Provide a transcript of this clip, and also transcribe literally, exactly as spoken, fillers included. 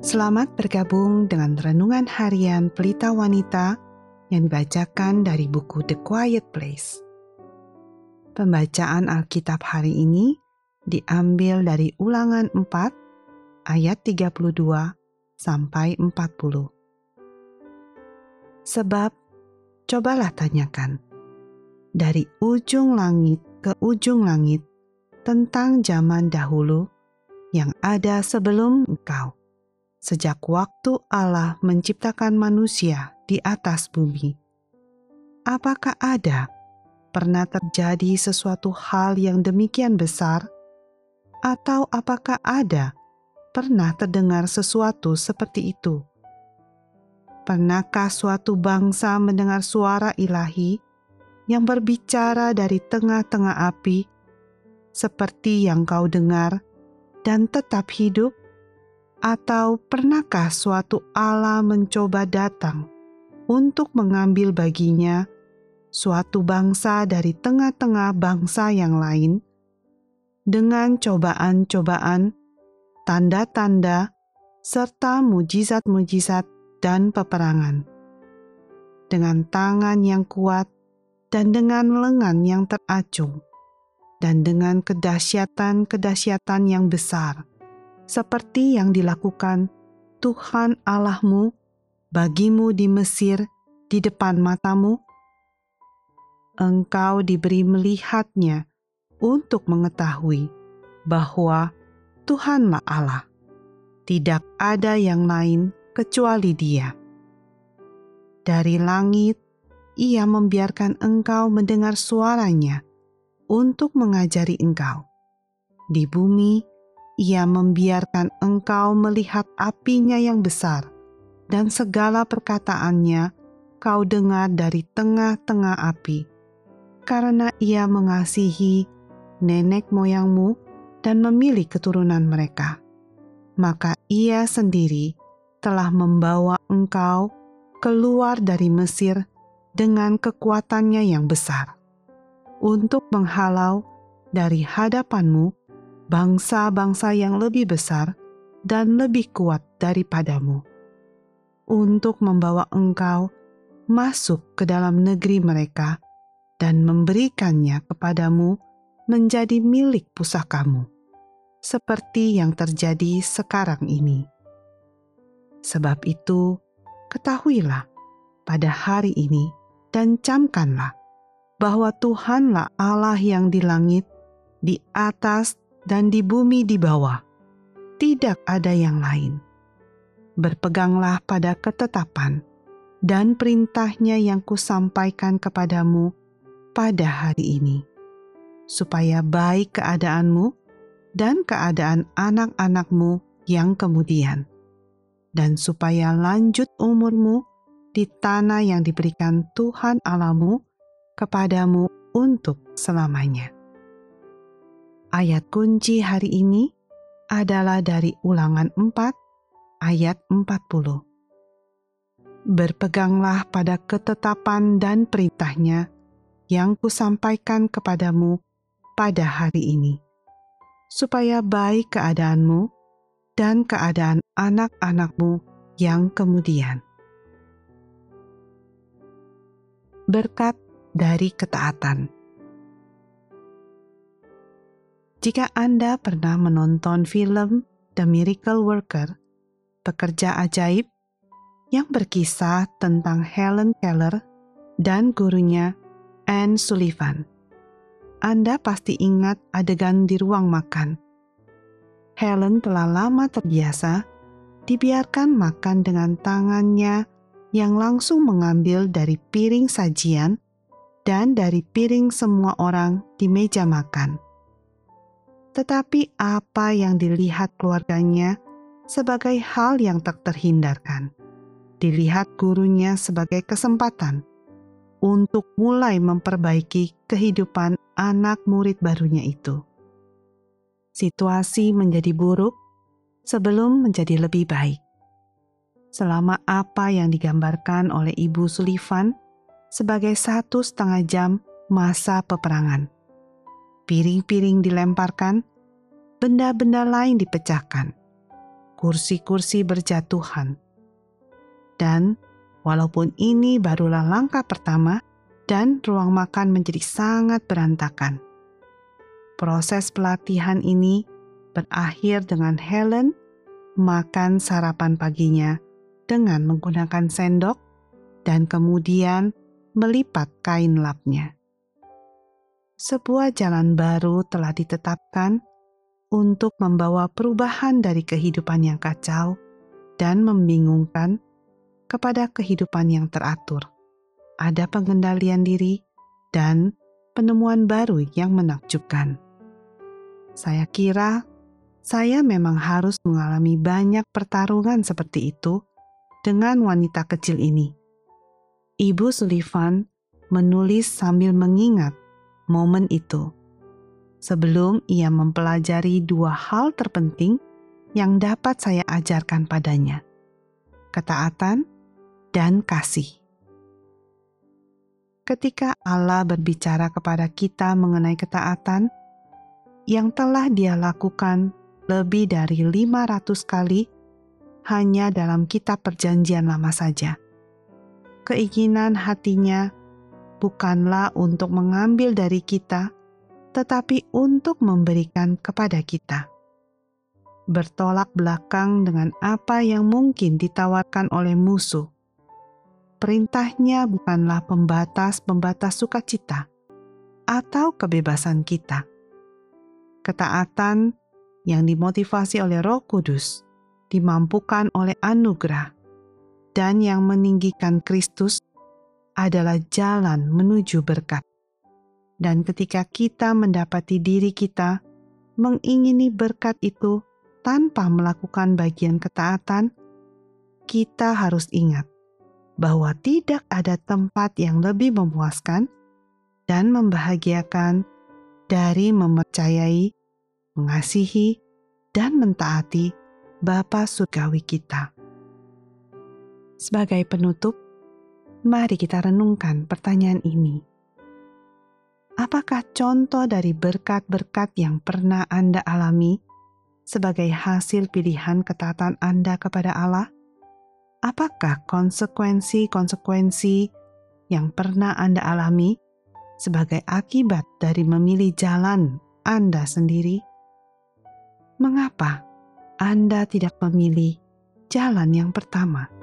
Selamat bergabung dengan Renungan Harian Pelita Wanita yang dibacakan dari buku The Quiet Place. Pembacaan Alkitab hari ini diambil dari Ulangan empat ayat tiga puluh dua sampai empat puluh. Sebab, cobalah tanyakan, dari ujung langit ke ujung langit tentang zaman dahulu yang ada sebelum engkau. Sejak waktu Allah menciptakan manusia di atas bumi, apakah ada pernah terjadi sesuatu hal yang demikian besar? Atau apakah ada pernah terdengar sesuatu seperti itu? Pernahkah suatu bangsa mendengar suara ilahi yang berbicara dari tengah-tengah api, seperti yang kau dengar dan tetap hidup? Atau pernahkah suatu Allah mencoba datang untuk mengambil baginya suatu bangsa dari tengah-tengah bangsa yang lain dengan cobaan-cobaan, tanda-tanda, serta mujizat-mujizat dan peperangan, dengan tangan yang kuat dan dengan lengan yang teracung, dan dengan kedahsyatan-kedahsyatan yang besar, seperti yang dilakukan Tuhan Allahmu bagimu di Mesir di depan matamu? Engkau diberi melihatnya untuk mengetahui bahwa Tuhanlah Allah. Tidak ada yang lain kecuali Dia. Dari langit, Ia membiarkan engkau mendengar suaranya untuk mengajari engkau. Di bumi, Ia membiarkan engkau melihat apinya yang besar, dan segala perkataannya kau dengar dari tengah-tengah api, karena Ia mengasihi nenek moyangmu dan memilih keturunan mereka. Maka Ia sendiri telah membawa engkau keluar dari Mesir dengan kekuatannya yang besar, untuk menghalau dari hadapanmu bangsa-bangsa yang lebih besar dan lebih kuat daripadamu, untuk membawa engkau masuk ke dalam negeri mereka dan memberikannya kepadamu menjadi milik pusakamu, seperti yang terjadi sekarang ini. Sebab itu, ketahuilah pada hari ini dan camkanlah bahwa Tuhanlah Allah yang di langit, di atas dan di bumi di bawah, tidak ada yang lain. Berpeganglah pada ketetapan dan perintahnya yang kusampaikan kepadamu pada hari ini, supaya baik keadaanmu dan keadaan anak-anakmu yang kemudian, dan supaya lanjut umurmu di tanah yang diberikan Tuhan Allahmu kepadamu untuk selamanya. Ayat kunci hari ini adalah dari Ulangan empat ayat empat puluh. Berpeganglah pada ketetapan dan perintahnya yang kusampaikan kepadamu pada hari ini, supaya baik keadaanmu dan keadaan anak-anakmu yang kemudian. Berkat dari ketaatan. Jika Anda pernah menonton film The Miracle Worker, pekerja ajaib, yang berkisah tentang Helen Keller dan gurunya Anne Sullivan, Anda pasti ingat adegan di ruang makan. Helen telah lama terbiasa dibiarkan makan dengan tangannya yang langsung mengambil dari piring sajian dan dari piring semua orang di meja makan. Tetapi apa yang dilihat keluarganya sebagai hal yang tak terhindarkan, dilihat gurunya sebagai kesempatan untuk mulai memperbaiki kehidupan anak murid barunya itu. Situasi menjadi buruk sebelum menjadi lebih baik. Selama apa yang digambarkan oleh Ibu Sullivan sebagai satu setengah jam masa peperangan. Piring-piring dilemparkan, benda-benda lain dipecahkan. kursi-kursi berjatuhan. Dan walaupun ini barulah langkah pertama dan ruang makan menjadi sangat berantakan, proses pelatihan ini berakhir dengan Helen makan sarapan paginya dengan menggunakan sendok dan kemudian melipat kain lapnya. Sebuah jalan baru telah ditetapkan untuk membawa perubahan dari kehidupan yang kacau dan membingungkan kepada kehidupan yang teratur. Ada pengendalian diri dan penemuan baru yang menakjubkan. Saya kira saya memang harus mengalami banyak pertarungan seperti itu dengan wanita kecil ini. Ibu Sullivan menulis sambil mengingat momen itu, sebelum ia mempelajari dua hal terpenting yang dapat saya ajarkan padanya: ketaatan dan kasih. Ketika Allah berbicara kepada kita mengenai ketaatan, yang telah Dia lakukan lebih dari lima ratus kali hanya dalam kitab Perjanjian Lama saja. Keinginan hatinya bukanlah untuk mengambil dari kita, tetapi untuk memberikan kepada kita. Bertolak belakang dengan apa yang mungkin ditawarkan oleh musuh. Perintahnya bukanlah pembatas-pembatas sukacita atau kebebasan kita. Ketaatan yang dimotivasi oleh Roh Kudus, dimampukan oleh anugerah, dan yang meninggikan Kristus adalah jalan menuju berkat. Dan ketika kita mendapati diri kita mengingini berkat itu tanpa melakukan bagian ketaatan, kita harus ingat bahwa tidak ada tempat yang lebih memuaskan dan membahagiakan dari mempercayai, mengasihi, dan mentaati Bapa Surgawi kita. Sebagai penutup, mari kita renungkan pertanyaan ini. Apakah contoh dari berkat-berkat yang pernah Anda alami sebagai hasil pilihan ketaatan Anda kepada Allah? Apakah konsekuensi-konsekuensi yang pernah Anda alami sebagai akibat dari memilih jalan Anda sendiri? Mengapa Anda tidak memilih jalan yang pertama?